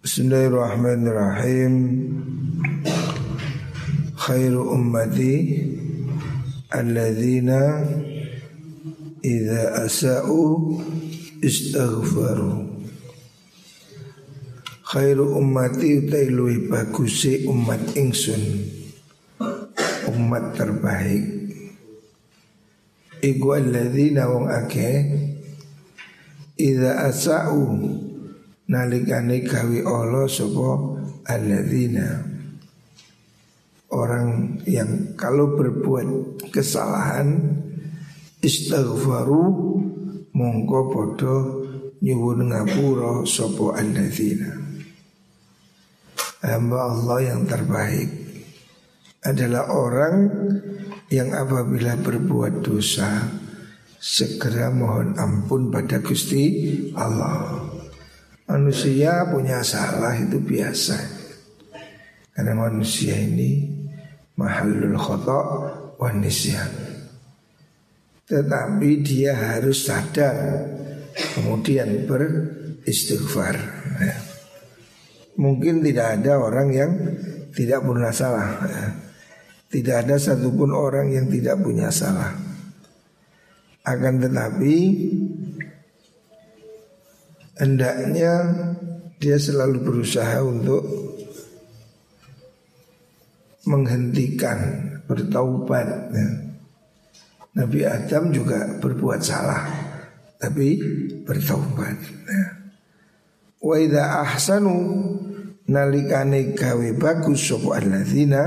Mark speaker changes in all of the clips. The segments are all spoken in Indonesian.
Speaker 1: Bismillahirrahmanirrahim. Khairu ummati alladzina idza asa'u istaghfaru. Khairu ummati utai luwih baguse umat ingsun, umat terbaik iku alladzina wong akeh idza asa'u nalikane gawe Allah sapa alladzina, orang yang kalau berbuat kesalahan istaghfaru mongko padha nyuwun ngapura sapa alladzina. Hamba Allah yang terbaik adalah orang yang apabila berbuat dosa segera mohon ampun pada Gusti Allah. Manusia punya salah itu biasa, karena manusia ini mahallul khata' wa nisyan. Tetapi dia harus sadar kemudian beristighfar. Mungkin tidak ada orang yang tidak pernah salah. Tidak ada satupun orang yang tidak punya salah. Akan tetapi hendaknya dia selalu berusaha untuk menghentikan, bertaubat. Nabi Adam juga berbuat salah, tapi bertaubat. Wa idza ahsanu nalikane gawe bagus sapa alladzina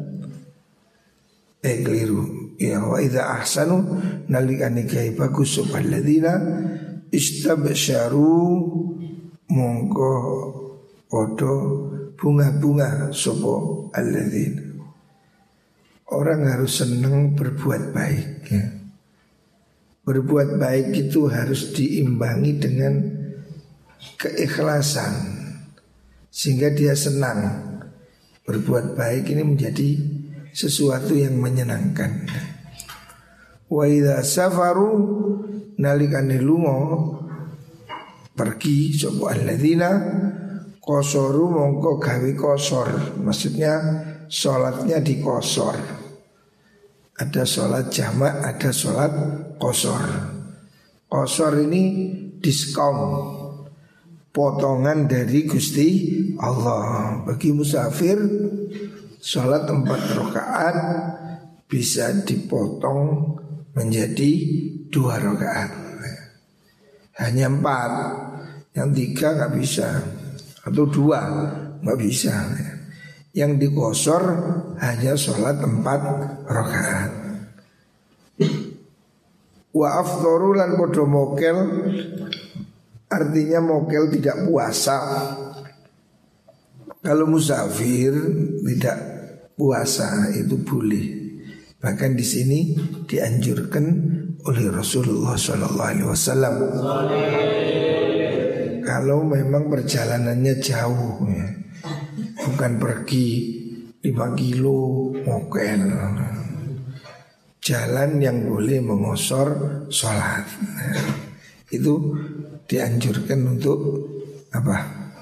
Speaker 1: keliru. Ya, wa idza ahsanu nalikane gawe bagus sapa alladzina istabsyaru mongko podo bunga-bunga sopo alladzina. Orang harus senang berbuat baik ya. Berbuat baik itu harus diimbangi dengan keikhlasan, sehingga dia senang. Berbuat baik ini menjadi sesuatu yang menyenangkan. Wa idza safaru nalikane lunga pergi sapa alladzina qasaru mongko gawe qasar, maksudnya salatnya dikosor. Ada salat jamak, ada salat qasar. Qasar ini diskon, potongan dari Gusti Allah. Bagi musafir salat 4 rakaat bisa dipotong menjadi 2 rakaat. Hanya 4, yang 3 gak bisa, atau 2 gak bisa. Yang dikosor hanya sholat 4 rakaat. Wa afdharu lan podo mokel, artinya mokel tidak puasa. Kalau musafir tidak puasa itu boleh. Bahkan di sini dianjurkan oleh Rasulullah SAW. Kalau memang perjalanannya jauh ya, bukan pergi 5 kilo mokel, jalan yang boleh mengosor sholat, itu dianjurkan untuk apa?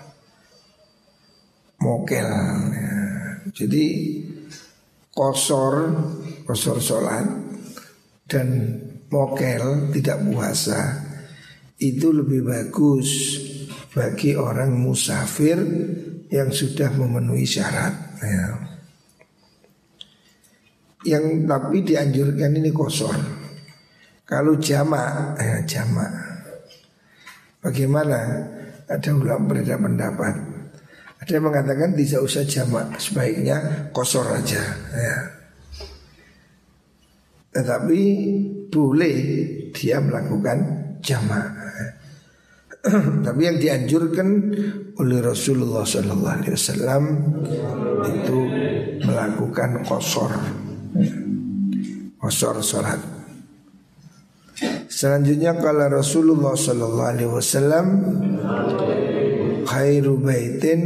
Speaker 1: Mokel ya. Jadi kosor sholat dan mokel tidak puasa itu lebih bagus bagi orang musafir yang sudah memenuhi syarat ya. Yang tapi dianjurkan ini kosor. Kalau jamak jamak bagaimana? Ada ulama berbeda pendapat. Ada yang mengatakan tidak usah jamak, sebaiknya kosor aja ya. Tetapi boleh dia melakukan jamak. Tapi yang dianjurkan oleh Rasulullah SAW itu melakukan qasar salat. Selanjutnya kala Rasulullah SAW, khairu baitin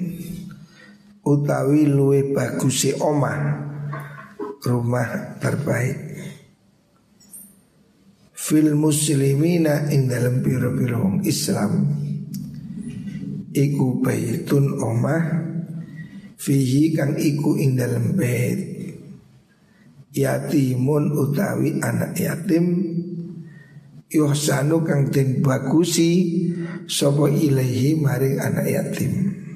Speaker 1: utawi luwe bagusi omah, rumah terbaik fil muslimina ing dalam piro-piro wong Islam iku baitun omah fihi kang iku ing dalem bait yatimun utawi anak yatim yuhsanu kang den bagusi sapa ilaihi maring anak yatim.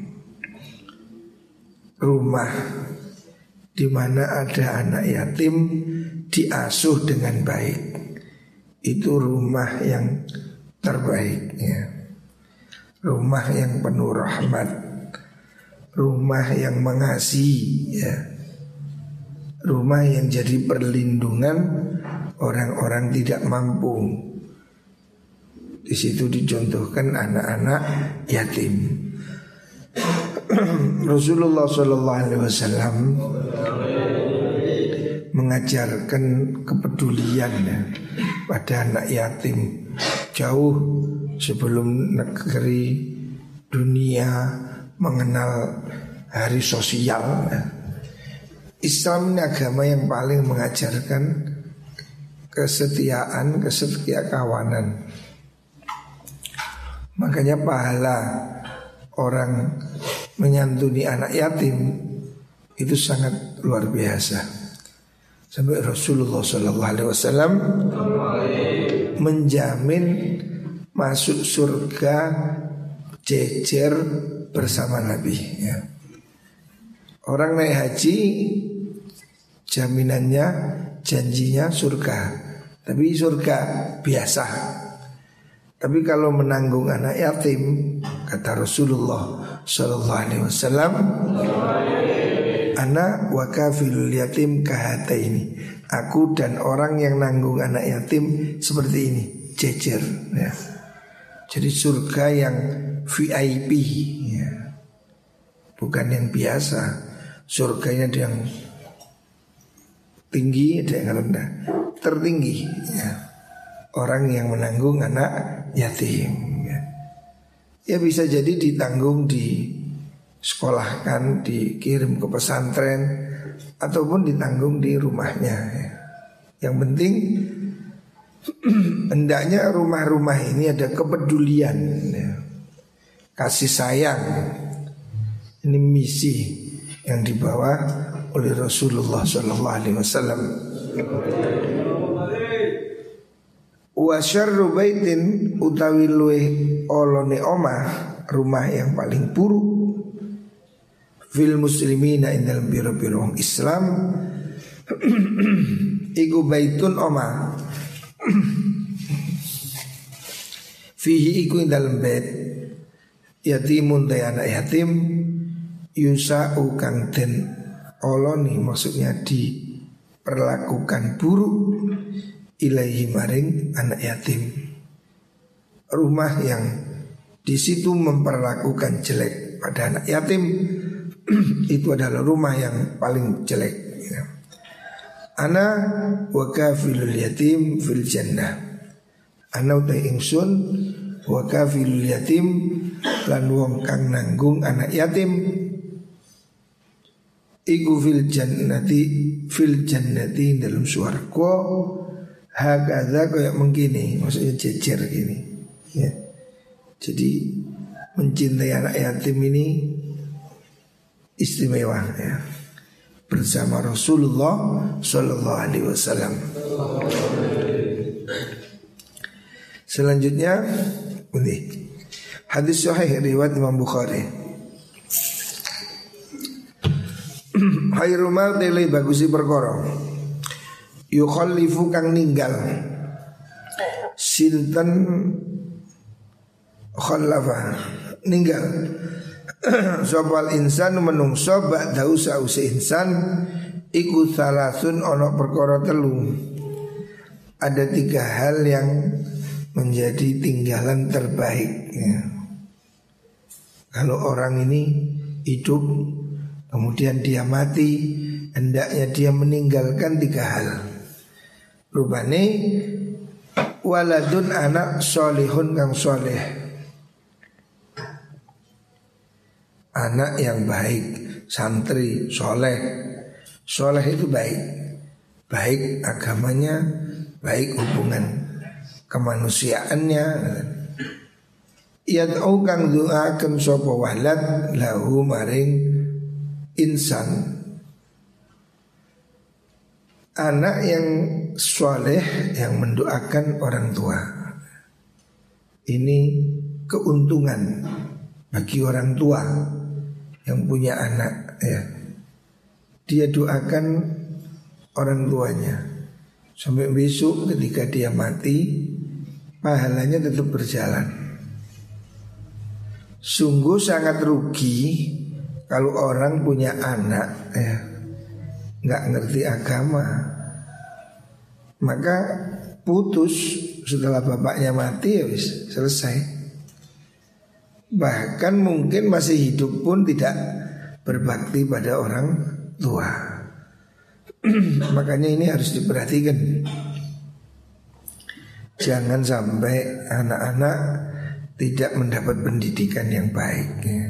Speaker 1: Rumah di mana ada anak yatim diasuh dengan baik, itu rumah yang terbaik ya. Rumah yang penuh rahmat, rumah yang mengasihi ya. Rumah yang jadi perlindungan orang-orang tidak mampu. Di situ dicontohkan anak-anak yatim. Rasulullah Shallallahu Alaihi Wasallam mengajarkan kepedulian ya, pada anak yatim jauh sebelum negeri dunia mengenal hari sosial ya. Islam ini agama yang paling mengajarkan kesetiaan, kesetia kawanan. Makanya pahala orang menyantuni anak yatim itu sangat luar biasa. Sampai Rasulullah SAW menjamin masuk surga jejer bersama Nabi ya. Orang naik haji jaminannya, janjinya surga, tapi surga biasa. Tapi kalau menanggung anak yatim, kata Rasulullah Sallallahu Alaihi Wasallam, ana wa kafilul yatim kahataini. Aku dan orang yang nanggung anak yatim seperti ini, jejer ya. Jadi surga yang VIP ya. Bukan yang biasa. Surganya ada yang tinggi, ada yang rendah. Tertinggi ya. Orang yang menanggung anak yatim ya. Ya bisa jadi ditanggung, di sekolahkan, dikirim ke pesantren, ataupun ditanggung di rumahnya ya. Yang penting hendaknya rumah-rumah ini ada kepedulian ya. Kasih sayang. Ini misi yang dibawa oleh Rasulullah Sallallahu Alaihi Wasallam. Wa syarru baitin utawi luweh olone omah, rumah yang paling buruk fil muslimina indal biro-biro Islam iku baitun omah fihi iku indal bait yatimun dayana yatim yusa'u kang den oloni, maksudnya diperlakukan buruk ilaihi maring anak yatim. Rumah yang di situ memperlakukan jelek pada anak yatim itu adalah rumah yang paling jelek ya. Ana wa kafilul yatim fil jannah. Ana utai ingsun wa kafilul yatim lan wong kang nanggung anak yatim iku fil jannati dalam swarga hakadha kayak begini, maksudnya jejer gini ya. Jadi mencintai anak yatim ini istimewa ya. Bersama Rasulullah Sallallahu Alaihi Wasallam. Selanjutnya ini hadis sahih riwayat Imam Bukhari. Khairu ma tele bagusi perkara yukhallifu kang ninggal sinten khallafa ninggal sopal insan menungso ba'dahu sause insan iku salasun ono perkara telu. Ada 3 hal yang menjadi tinggalan terbaik ya. Kalau orang ini hidup kemudian dia mati, hendaknya dia meninggalkan 3 hal. Rupane waladun anak solihun kang soleh, anak yang baik, santri, soleh. Soleh itu baik, baik agamanya, baik hubungan kemanusiaannya. Yad'u kang du'aken sapa walad lahu maring insan, anak yang soleh yang mendoakan orang tua. Ini keuntungan bagi orang tua yang punya anak ya. Dia doakan orang tuanya sampai besok ketika dia mati pahalanya tetap berjalan. Sungguh sangat rugi kalau orang punya anak ya nggak ngerti agama, maka putus setelah bapaknya mati ya wis selesai. Bahkan mungkin masih hidup pun tidak berbakti pada orang tua. Makanya ini harus diperhatikan. Jangan sampai anak-anak tidak mendapat pendidikan yang baik ya.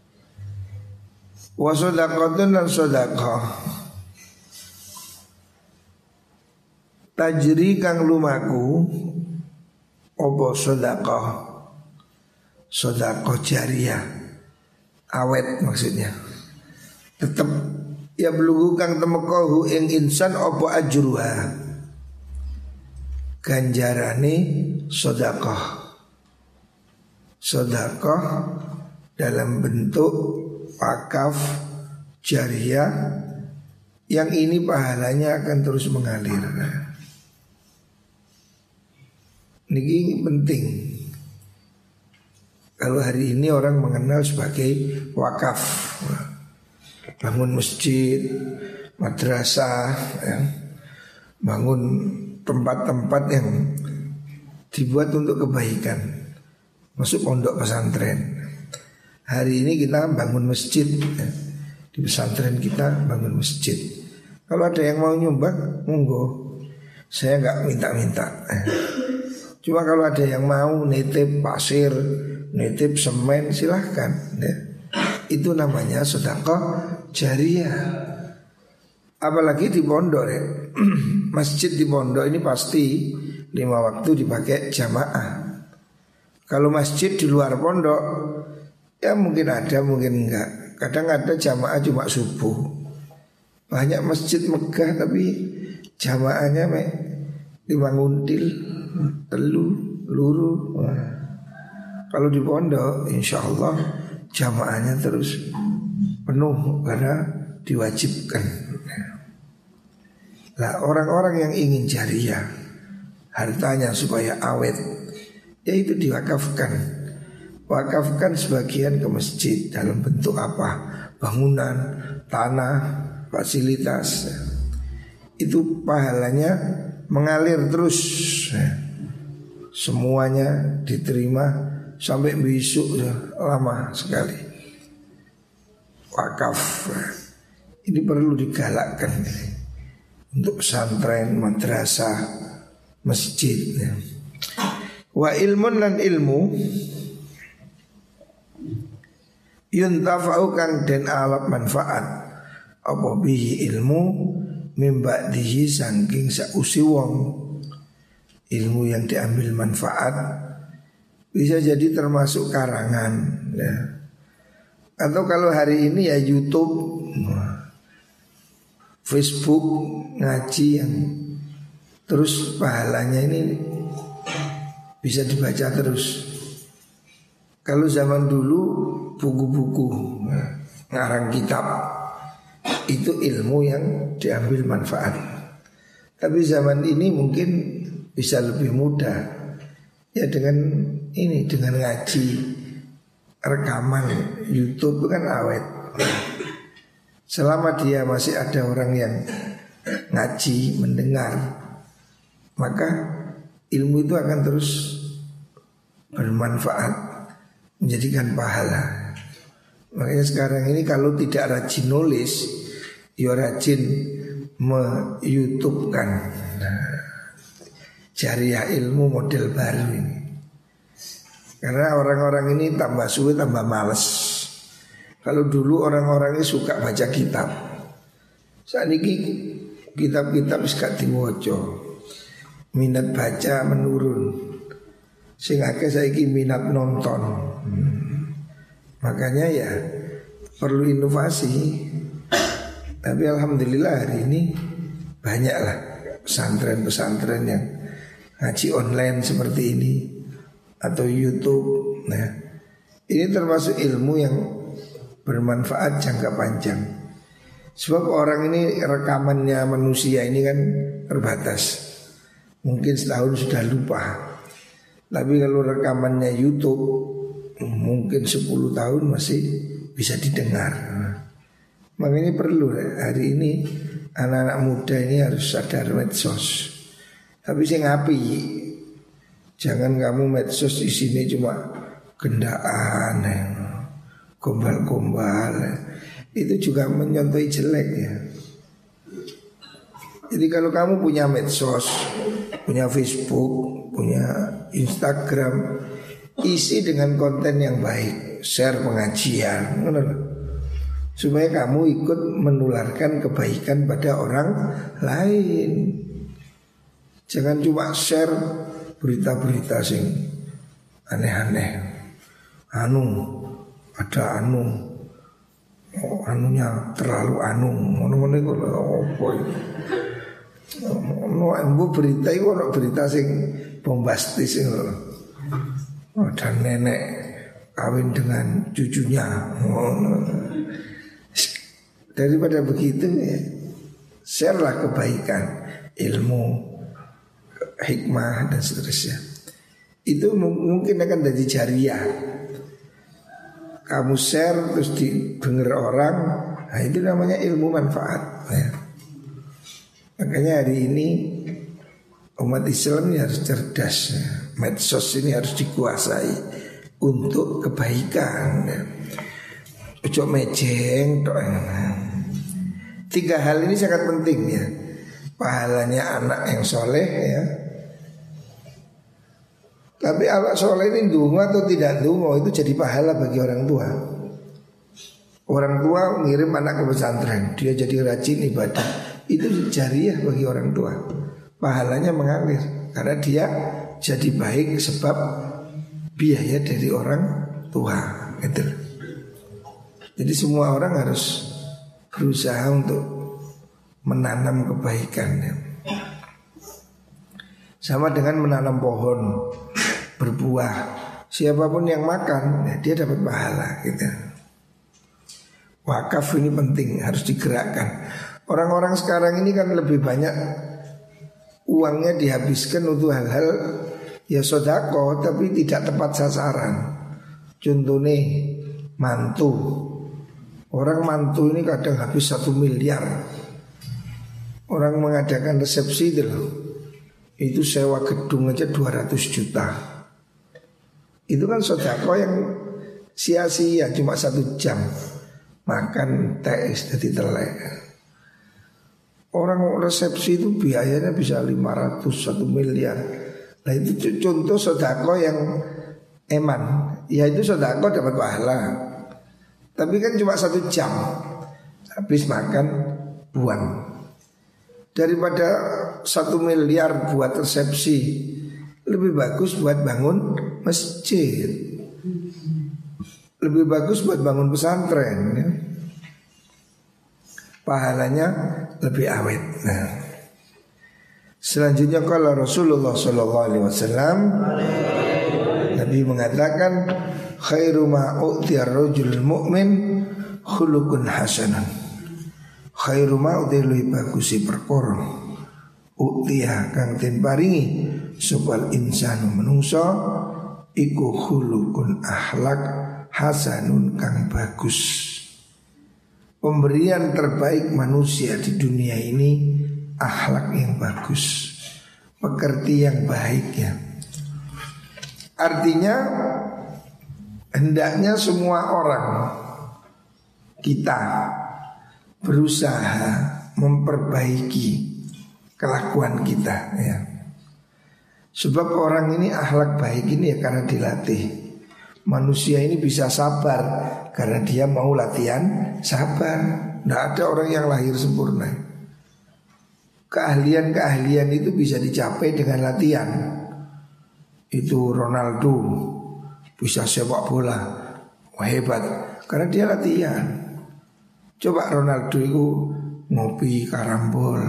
Speaker 1: Wa shadaqatun dan shadaqah tajri kang lumaku opo shadaqah, shadaqah jariyah awet maksudnya. Tetap ya belugu kang temekohu ing insan opo ajruha ganjarane shadaqah. Shadaqah dalam bentuk wakaf jariyah yang ini pahalanya akan terus mengalir. Ini penting. Kalau hari ini orang mengenal sebagai wakaf, bangun masjid, madrasah ya, bangun tempat-tempat yang dibuat untuk kebaikan, masuk pondok pesantren. Hari ini kita bangun masjid ya. Di pesantren kita bangun masjid. Kalau ada yang mau nyumbang, monggo. Saya nggak minta-minta. Cuma kalau ada yang mau nitip pasir, nitip semen, silahkan ya. Itu namanya sedekah jariyah. Apalagi di pondok ya. Masjid di pondok ini pasti 5 waktu dipakai jamaah. Kalau masjid di luar pondok ya mungkin ada, mungkin enggak. Kadang ada jamaah cuma subuh. Banyak masjid megah tapi jamaahnya 5 nguntil, telu, luru. Kalau di pondok insya Allah jamaahnya terus penuh karena diwajibkan. Nah orang-orang yang ingin jariyah hartanya supaya awet, yaitu diwakafkan. Wakafkan sebagian ke masjid dalam bentuk apa? Bangunan, tanah, fasilitas. Itu pahalanya mengalir terus. Semuanya diterima sampai besok ya, lama sekali. Wakaf ini perlu digalakkan untuk pesantren, madrasah, masjid ya. Wa ilmun lan ilmu yuntafa'u kang den alap manfaat apa bihi ilmu mimba dihi sangking sausi wong. Ilmu yang diambil manfaat bisa jadi termasuk karangan ya. Atau kalau hari ini ya YouTube, Facebook ngaji yang terus pahalanya ini bisa dibaca terus. Kalau zaman dulu buku-buku ngarang kitab itu ilmu yang diambil manfaat. Tapi zaman ini mungkin bisa lebih mudah ya dengan ini, dengan ngaji, rekaman YouTube itu kan awet. Selama dia masih ada orang yang ngaji, mendengar, maka ilmu itu akan terus bermanfaat, menjadikan pahala. Makanya sekarang ini kalau tidak rajin nulis, ya rajin me-YouTube-kan. Jariyah ilmu model baru ini. Karena orang-orang ini tambah suwe tambah males. Kalau dulu orang-orang ini suka baca kitab, saat ini kitab-kitab gak diwaca, minat baca menurun. Sing akeh saiki minat nonton. Makanya ya perlu inovasi. Tapi alhamdulillah hari ini banyaklah pesantren-pesantren yang ngaji online seperti ini atau YouTube. Nah, ini termasuk ilmu yang bermanfaat jangka panjang. Sebab orang ini rekamannya manusia ini kan terbatas. Mungkin setahun sudah lupa. Tapi kalau rekamannya YouTube mungkin 10 tahun masih bisa didengar. Makanya perlu hari ini anak-anak muda ini harus sadar medsos. Tapi sing api, jangan kamu medsos di sini cuma gendaan, gombal-gombal. Itu juga menyontohi jelek ya. Jadi kalau kamu punya medsos, punya Facebook, punya Instagram, isi dengan konten yang baik, share pengajian, supaya kamu ikut menularkan kebaikan pada orang lain. Jangan cuma share berita-berita sing aneh-aneh. Ada anunya terlalu ngono-ngono iku opo iki. Ono berita iku ono berita sing bombastis ngono. Ada nenek kawin dengan cucunya. Daripada begitu ya, share-lah kebaikan, ilmu, hikmah dan seterusnya. Itu mungkin akan jadi jariah. Kamu share terus didengar orang, nah itu namanya ilmu manfaat ya. Makanya hari ini umat Islam ini harus cerdas ya. Medsos ini harus dikuasai untuk kebaikan ya. Ojo mejeng toh. 3 hal ini sangat penting ya. Pahalanya anak yang soleh ya. Tapi anak soleh ini dungo atau tidak dungo itu jadi pahala bagi orang tua. Orang tua ngirim anak ke pesantren, dia jadi rajin ibadah, itu jariah bagi orang tua. Pahalanya mengalir karena dia jadi baik sebab biaya dari orang tua gitu. Jadi semua orang harus berusaha untuk menanam kebaikan ya. Sama dengan menanam pohon berbuah, siapapun yang makan ya, dia dapat pahala gitu. Wakaf ini penting, harus digerakkan. Orang-orang sekarang ini kan lebih banyak uangnya dihabiskan untuk hal-hal ya sodako, tapi tidak tepat sasaran. Contohnya mantu. Orang mantu ini kadang habis 1 miliar. Orang mengadakan resepsi itu sewa gedung aja 200 juta. Itu kan sodako yang sia-sia, cuma 1 jam makan teh jadi telek. Orang resepsi itu biayanya bisa 500, 1 miliar. Nah itu contoh sodako yang eman. Ya itu sodako dapat pahala. Tapi kan cuma 1 jam, habis makan buang. Daripada 1 miliar buat resepsi, lebih bagus buat bangun masjid, lebih bagus buat bangun pesantren ya. Pahalanya lebih awet. Nah, selanjutnya kalau Rasulullah SAW, Nabi mengatakan khairu ma u'tiya rajul mu'min khuluqun hasanun. Khairu ma u'tiya luwih bagusi perkara u'tiya kang den paringi supal insanu menungso iku khuluqun akhlak hasanun kang bagus. Pemberian terbaik manusia di dunia ini akhlak yang bagus, pekerti yang baik ya. Artinya hendaknya semua orang kita berusaha memperbaiki kelakuan kita ya. Sebab orang ini akhlak baik ini ya karena dilatih. Manusia ini bisa sabar karena dia mau latihan sabar. Tidak ada orang yang lahir sempurna. Keahlian-keahlian itu bisa dicapai dengan latihan. itu Ronaldo bisa sepak bola, wah hebat, karena dia latihan. Coba Ronaldo itu ngopi karambol,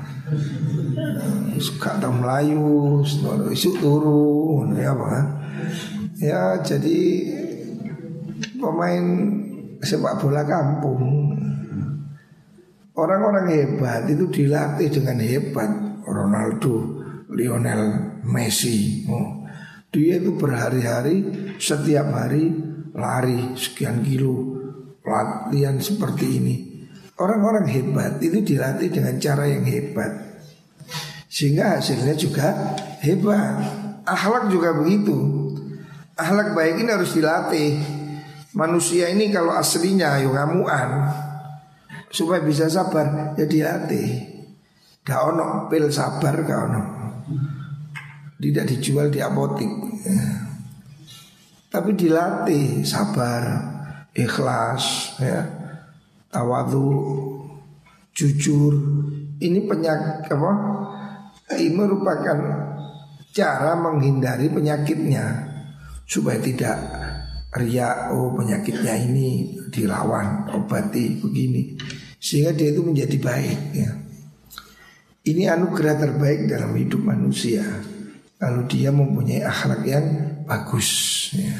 Speaker 1: suka tahu Melayu, isu turun, ya apa? Ya jadi pemain sepak bola kampung. Orang-orang hebat itu dilatih dengan hebat. Ronaldo, Lionel Messi, dia itu berhari-hari, setiap hari lari sekian kilo, latihan seperti ini. Orang-orang hebat itu dilatih dengan cara yang hebat, sehingga hasilnya juga hebat. Akhlak juga begitu. Akhlak baik ini harus dilatih. Manusia ini kalau aslinya ngamuan, supaya bisa sabar ya dilatih. Gak ono pil sabar, gak ono. Tidak dijual di apotik, tapi dilatih sabar, ikhlas, ya, tawadhu, jujur. Ini penyakit apa? Ini merupakan cara menghindari penyakitnya, supaya tidak riya. Oh penyakitnya ini dilawan, obati begini, sehingga dia itu menjadi baik, ya. Ini anugerah terbaik dalam hidup manusia, kalau dia mempunyai akhlak yang bagus, ya.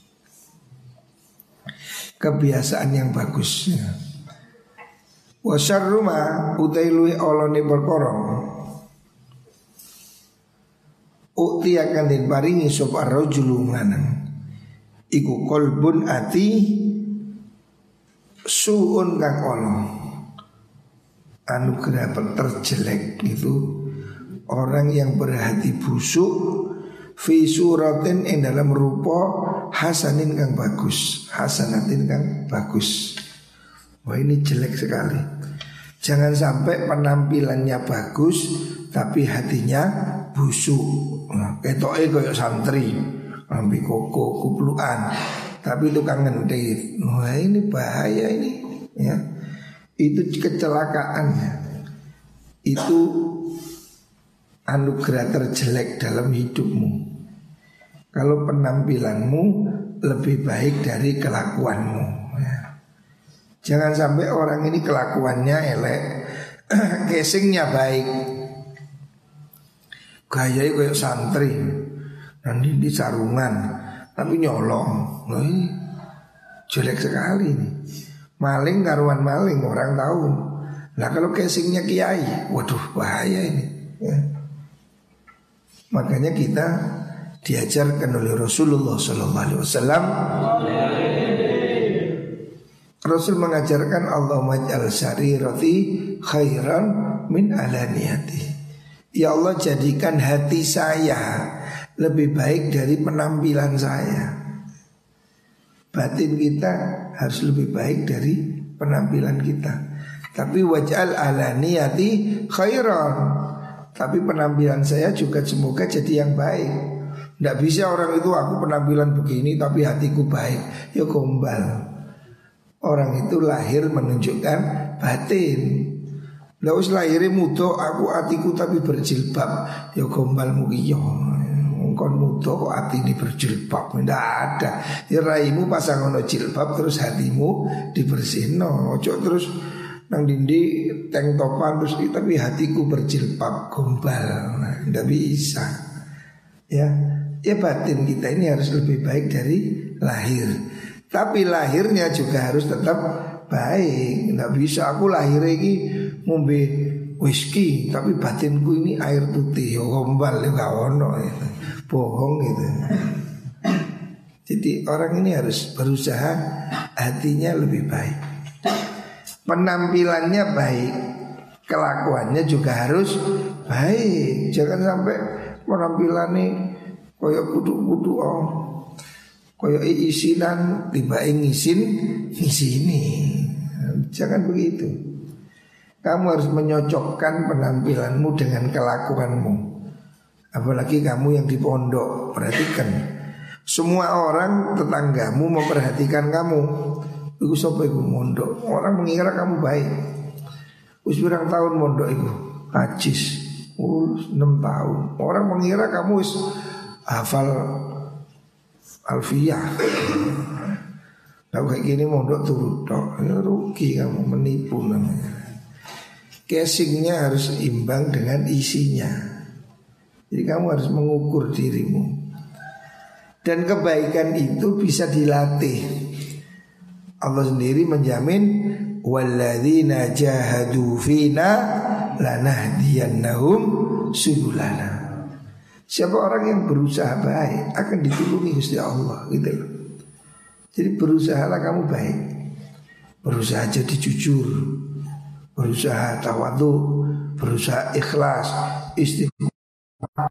Speaker 1: Kebiasaan yang bagus, ya. Wa syarru ma utailui olone perkara ukti akan den paringi sapa rajulu lanang iku qalbun ati suun kang ono. Anugerah terjelek itu orang yang berhati busuk fi suratin ing dalam rupa hasanin kang bagus, hasanatin kang bagus. Wah ini jelek sekali. Jangan sampai penampilannya bagus tapi hatinya busuk. Nah, ketoke koyo santri, ambil koko, kupluan, tapi tukang ngentit. Wah ini bahaya ini, ya. Itu kecelakaan. Itu anugerah terjelek dalam hidupmu. Kalau penampilanmu lebih baik dari kelakuanmu, ya. Jangan sampai orang ini kelakuannya elek, casingnya baik, gayanya kayak santri, nanti di sarungan, tapi nyolong. Loh, ini jelek sekali nih. Maling karuan maling, orang tahu. Nah kalau casingnya kiai, waduh bahaya ini, ya. Makanya kita diajarkan oleh Rasulullah SAW. Rasul mengajarkan Allahumma ij'al sarirati khairan min alaniyati. Ya Allah jadikan hati saya lebih baik dari penampilan saya. Batin kita harus lebih baik dari penampilan kita. Tapi waj'al alaniyati khairan. Tapi penampilan saya juga semoga jadi yang baik. Tidak bisa orang itu aku penampilan begini tapi hatiku baik. Ya gombal. Orang itu lahir menunjukkan batin. Lah wis lahire muda aku hatiku tapi berjilbab. Ya gombal mugiyo. Kon muda kok atine berjilbab. Ndak ada. Ya raimu pasang ono jilbab terus hatimu dibersihno. Ojo terus nang dindi tank topan terus tapi hatiku berjilbab, gombal. Nah, ndak bisa. Ya batin kita ini harus lebih baik dari lahir. Tapi lahirnya juga harus tetap baik. Nggak bisa aku lahir ini ngombe whisky tapi batinku ini air putih. Gombal ya gak ono ya. Bohong gitu. Jadi orang ini harus berusaha hatinya lebih baik, penampilannya baik, kelakuannya juga harus baik. Jangan sampai penampilannya koyok kudu-kudu koyok isinan tiba ngisini. Jangan begitu. Kamu harus menyocokkan penampilanmu dengan kelakuanmu. Apalagi kamu yang di pondok, perhatikan. Semua orang tetanggamu memperhatikan kamu. Iku sampai iku mondok. Orang mengira kamu baik. Wis pirang tahun mondok iku? Ajis. 6 tahun. Orang mengira kamu wis hafal alfiyah. Kalau kayak gini mondok turut tok, ya rugi kamu, menipu namanya. Casingnya harus imbang dengan isinya. Jadi kamu harus mengukur dirimu. Dan kebaikan itu bisa dilatih. Allah sendiri menjamin walladzina jahadu fina lanahdiyannahum subulana. Siapa orang yang berusaha baik akan ditulungi Gusti Allah gitu loh. Jadi berusahalah kamu baik. Berusaha jadi jujur, berusaha tawadhu, berusaha ikhlas, istighfar.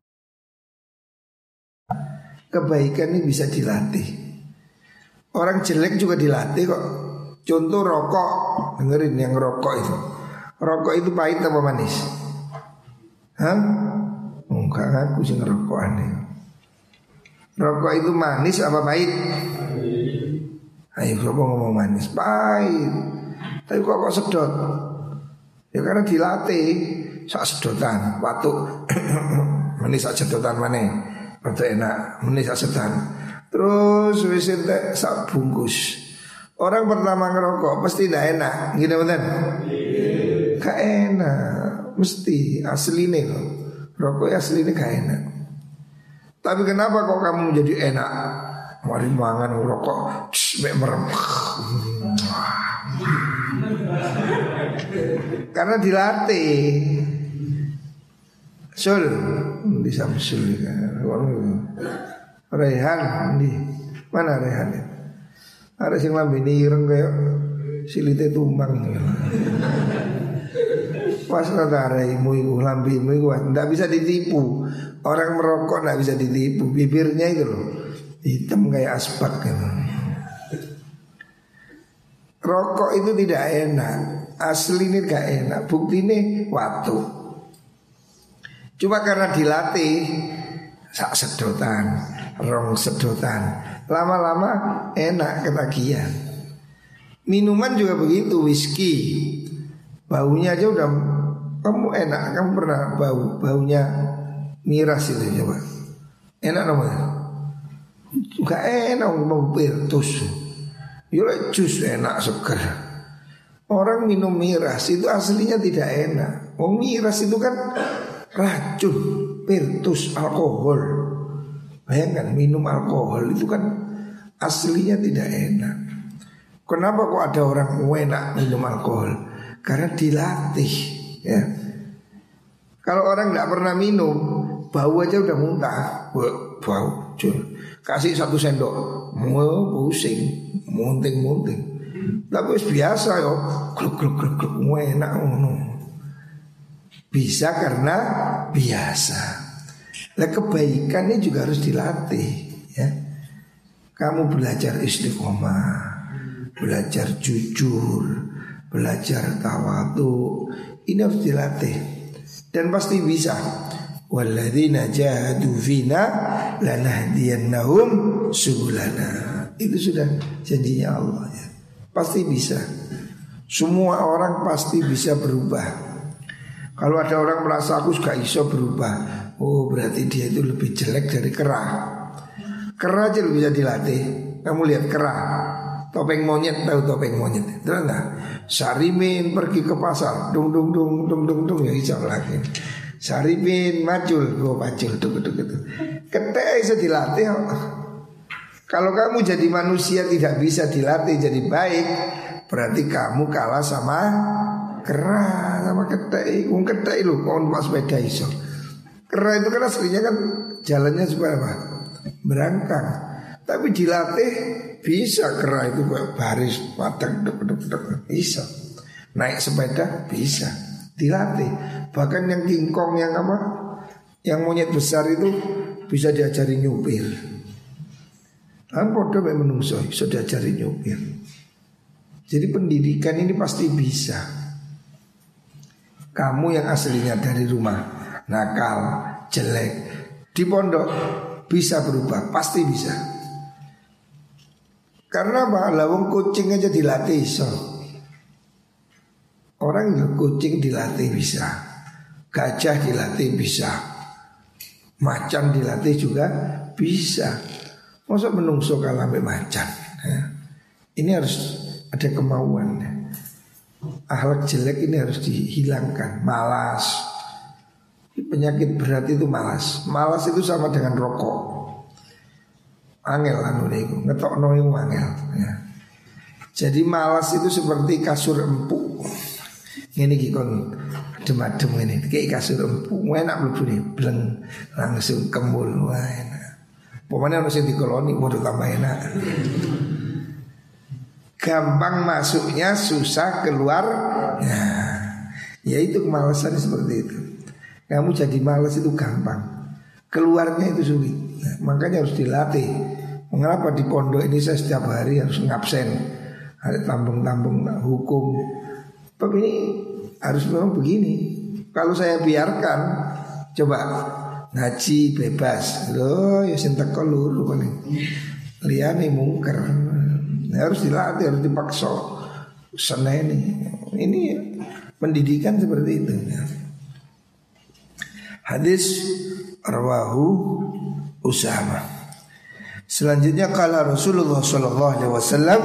Speaker 1: Kebaikan ini bisa dilatih. Orang jelek juga dilatih kok. Contoh rokok, dengerin yang rokok itu. Rokok itu pahit apa manis? Hah? Enggak, aku sih ngerokokan nih. Rokok itu manis apa pahit? Ayo siapa ngomong manis? Pahit. Tapi kok sedot? Ya karena dilatih. Sak sedotan, watuk. Manis sak sedotan mana? Rada enak, manis sak sedotan. Terus wis entek sak bungkus. Orang pertama ngerokok pasti tidak enak, gitu betul? Gak enak, mesti aslinya kok. Rokok aslinya gak enak. Tapi kenapa kok kamu menjadi enak? Mari mangan rokok, merem. Karena dilatih. Sul, di Samsul kan. Rehan di mana Rehan? Ada sing lambene ireng kayak silite tumbang. Pas raimu iku lambemu iku ndak bisa ditipu. Orang merokok ndak bisa ditipu. Bibirnya itu loh hitam kayak asbak gitu. Rokok itu tidak enak. Asli ini gak enak. Bukti ini waktu. Cuma karena dilatih sak sedotan, rong sedotan, lama-lama enak ketagihan. Minuman juga begitu, whisky. Baunya aja udah kamu enak. Kamu pernah baunya miras itu coba. Enak namanya. Gak enak mau Virtus. Ya jus enak seger. Orang minum miras itu aslinya tidak enak. Oh miras itu kan racun, Virtus, alkohol. Bayangkan minum alkohol itu kan aslinya tidak enak. Kenapa kok ada orang enak minum alkohol? Karena dilatih ya. Kalau orang tidak pernah minum, bau aja udah muntah. Bau cuy. Kasih 1 sendok, mau pusing, munting. Tapi biasa yo, gluk enak ngono. Bisa karena biasa. Lah kebaikan ini juga harus dilatih ya. Kamu belajar istiqomah, belajar jujur, belajar tawadhu. Ini harus dilatih dan pasti bisa. Walladzina jahadu fina lanahdiyannahum subulana. Itu sudah janjinya Allah ya. Pasti bisa. Semua orang pasti bisa berubah. Kalau ada orang merasa aku gak iso berubah, oh berarti dia itu lebih jelek dari kera. Kera aja bisa dilatih. Kamu lihat kera, topeng monyet, tahu topeng monyet? Tahu enggak? Sarimin pergi ke pasar, dung ya iso lagi. Saripin macul, gue macul tuh. Ketek bisa dilatih. Kalau kamu jadi manusia tidak bisa dilatih jadi baik, berarti kamu kalah sama kera, sama ketek. Ketek lu, kau numpak sepeda iso. Kera itu kan aslinya kan jalannya supaya apa? Berangkang. Tapi dilatih bisa kera itu baris padang dek bisa. Naik sepeda bisa. Dilatih. Bahkan yang kingkong yang apa? Yang monyet besar itu bisa diajari nyupir. Kan podo mek menungso iso diajari nyupir. Jadi pendidikan ini pasti bisa. Kamu yang aslinya dari rumah nakal, jelek, di pondok bisa berubah, pasti bisa. Karena apa? Lawang kucing aja dilatih iso. Orang kucing dilatih bisa, gajah dilatih bisa, macan dilatih juga bisa. Masa menungso kalah ambek macan ya. Ini harus ada kemauan ya. Akhlak jelek ini harus dihilangkan. Malas, penyakit berat itu malas. Malas itu sama dengan rokok. Angel anu niku, ngetokno iku angel ya. Jadi malas itu seperti kasur empuk. Ngene iki kon adem-adem ngene. Kayak kasur empuk, enak mlebune bleng langsung kembul wah enak. Pokoknya ono sing dikoloni waduh tambah enak. Gampang masuknya, susah keluar. Ya itu kemalasan seperti itu. Kamu jadi malas itu gampang, keluarnya itu sulit. Makanya harus dilatih. Mengapa di pondok ini saya setiap hari harus ngabsen, ada tambung-tambung hukum. Tapi ini harus memang begini. Kalau saya biarkan, coba ngaji bebas, loh ya sintek kolur paling liane mungker. Harus dilatih, harus dipaksa. Seneni. Ini pendidikan seperti itu. Hadis rawahu Usama. Selanjutnya kala Rasulullah sallallahu alaihi wasallam,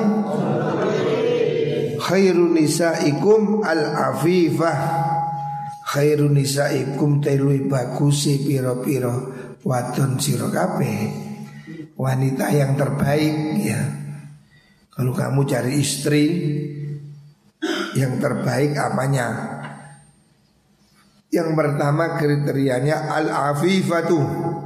Speaker 1: khairun nisaikum al-afifah. Khairun nisaikum telui bagusi piro-piro wadon sira kabeh. Wanita yang terbaik ya. Kalau kamu cari istri yang terbaik apanya? Yang pertama kriterianya al-afifatu.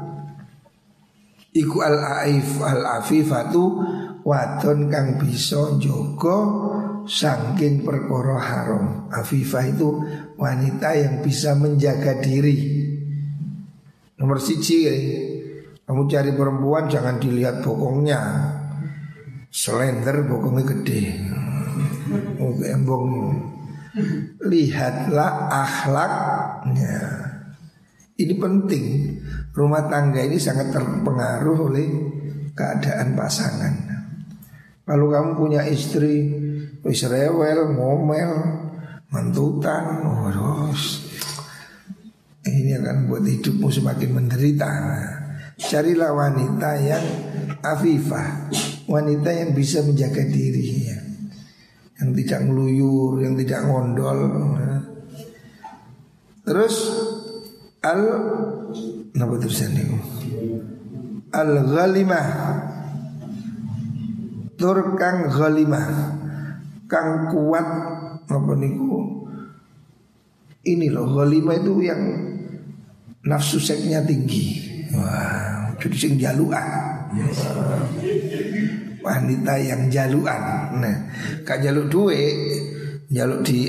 Speaker 1: Iku al-afifatu wadon kang bisa njogo saking perkara haram. Afifah itu wanita yang bisa menjaga diri. Nomor 1 ya. Kamu cari perempuan jangan dilihat bokongnya. Slender bokongnya gede. Embong. Lihatlah akhlaknya. Ini penting. Rumah tangga ini sangat terpengaruh oleh keadaan pasangan. Kalau kamu punya istri wis rewel, ngomel, mantutan, ini akan buat hidupmu semakin menderita. Carilah wanita yang afifah, wanita yang bisa menjaga dirinya, yang tidak ngeluyur, yang tidak ngondol. Terus apa terusan niku? Al-ghalimah. Tur kang ghalimah, kang kuat apa niku? Ini loh, ghalimah itu yang nafsu seksnya tinggi. Wah, jadi sing jaluan. Wanita yang jaluan. Nah, gak jaluk duit, jaluk di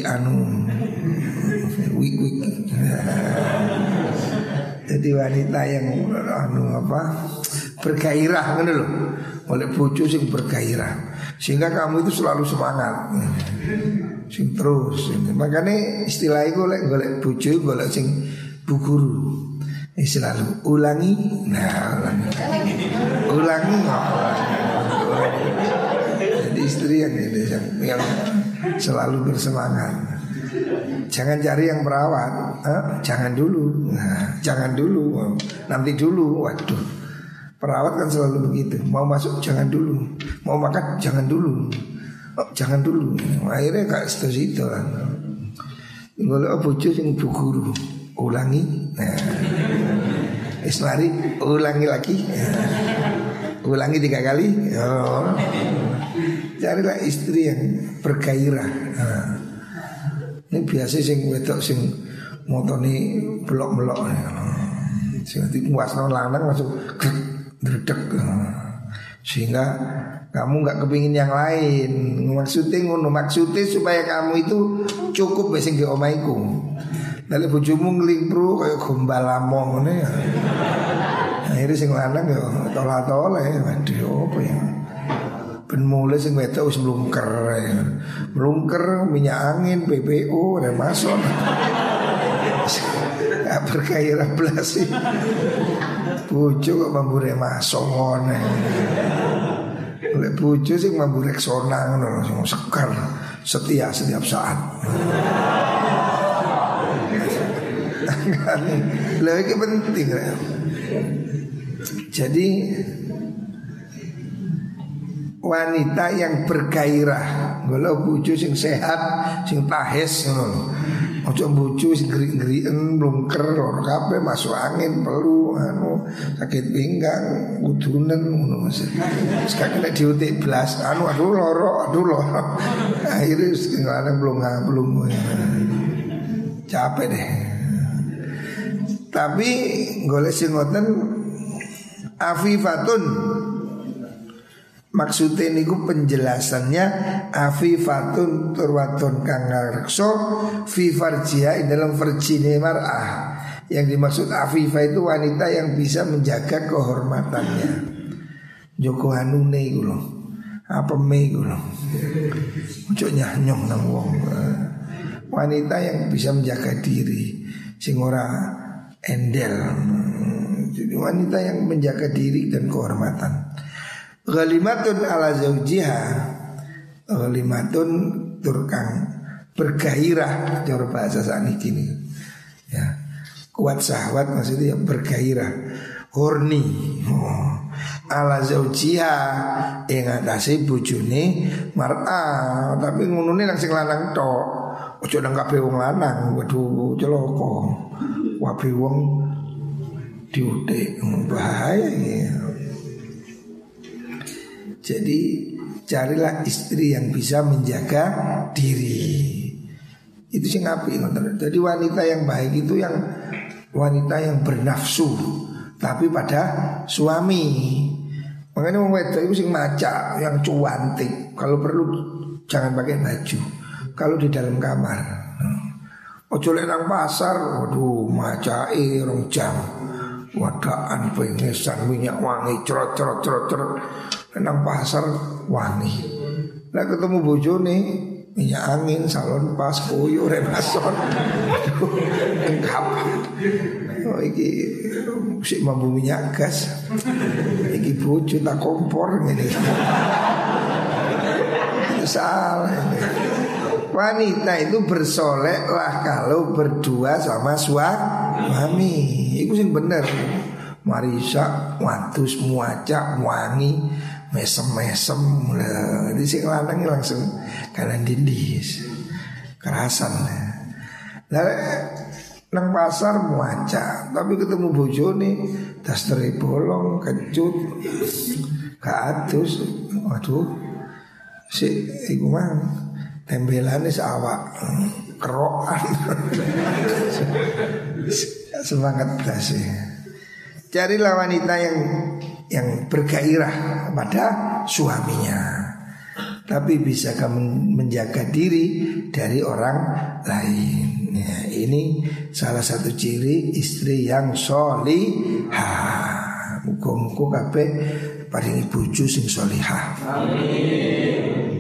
Speaker 1: wik. Jadi wanita yang bergairah kan loh. Oleh bojo sing bergairah. Sehingga kamu itu selalu semangat. Sing terus. Makanya istilah itu golek bojo golek sing buguru. Selalu ulangi. Nah, ulangi. Jadi istri yang selalu bersemangat. Jangan cari yang perawat, jangan dulu, jangan dulu, nanti dulu. Waduh, perawat kan selalu begitu. Mau masuk jangan dulu, mau makan jangan dulu, jangan dulu. Akhirnya gak setuju itu kan. Kalau bojo yang bu guru, ulangi, mari ulangi lagi, ulangi 3 kali. Carilah istri yang bergairah. Ini biasa sing wedok sing motone blok-blok. Sing puasno lanang langsung dredeg. Sehingga kamu enggak kepingin yang lain. Maksudnya ngono, maksudnya supaya kamu itu cukup wis sing di omahku. Dale bojomu nglimpru kaya gombal lamong ngene ya. Akhire sing lanang ya tola-tola ya. Waduh apa ya. Ben mulai sing wedok wis mlungker. Mlungker minyak angin, PPO dan masuk. Gak bergairah belas sih. Bojo kok mambu masuk ngene. Oleh bojo sing mambu reksona ngono langsung sekar setia setiap saat. Lha iki penting ya. Jadi wanita yang bergairah, kalau bojo sing sehat, sing tahes ngono. Ojo bojo sing geri-gerien blungker ora kabeh masuk angin perlu sakit pinggang, udunen ngono Mas. Sekali nek diutik blas aduh loro. Akhirnya sekarang belum capek deh. Tapi golek sing ngoten afifatun. Maksudnya niku penjelasannya afifatun turwatun kang ngrekso fi farjiha dalam farjine mar'ah. Yang dimaksud afifah itu wanita yang bisa menjaga kehormatannya. Joko hanune iku lho. Apa me iku lho. Ojo nyanyong nang wong. Wanita yang bisa menjaga diri sing ora endel. Jadi wanita yang menjaga diri dan kehormatan. Ghalimatun ala zawjiha, ghalimatun turkang bergairah, cara bahasa saniki ini ya, kuat syahwat maksudnya bergairah, horny ala zawjiha yang atase bojone mar'a, tapi ngunune nang sing lanang tok, ojo nang kabeh wong lanang, waduh celaka, kabeh wong diutik bahaya ya. Jadi carilah istri yang bisa menjaga diri. Itu sing apik ngoten. Jadi wanita yang baik itu yang wanita yang bernafsu tapi pada suami. Makanya wong wedok itu sing maca, yang cuantik. Kalau perlu jangan pakai baju. Kalau di dalam kamar. Ojo lek nang pasar, waduh macake rong jam. Wadaan pengesan minyak wangi cerot. Nang pasar wangi. Lah ketemu bojone minyak angin, salon pas, koyo, renason. Lengkap. Oh iki sik mampu minyak gas. Iki bojo tak kompor ngene. Salah. Wanita itu bersolek lah kalau berdua sama suami. Itu sing bener. Marisa, watus, muacak, wangi, mesem. Jadi sing lanang langsung kanan dindis. Kerasan. Lah nang pasar muacak, tapi ketemu bojone dastere bolong, kecut. Katus. Waduh. Sik iku mang tembelane sawak kerokan. Semangat das. Carilah wanita yang bergairah pada suaminya, tapi bisa kamu menjaga diri dari orang lain. Ya, ini salah satu ciri istri yang sholihah. Muga-muga kabeh paringi bojo sing sholihah. Amin.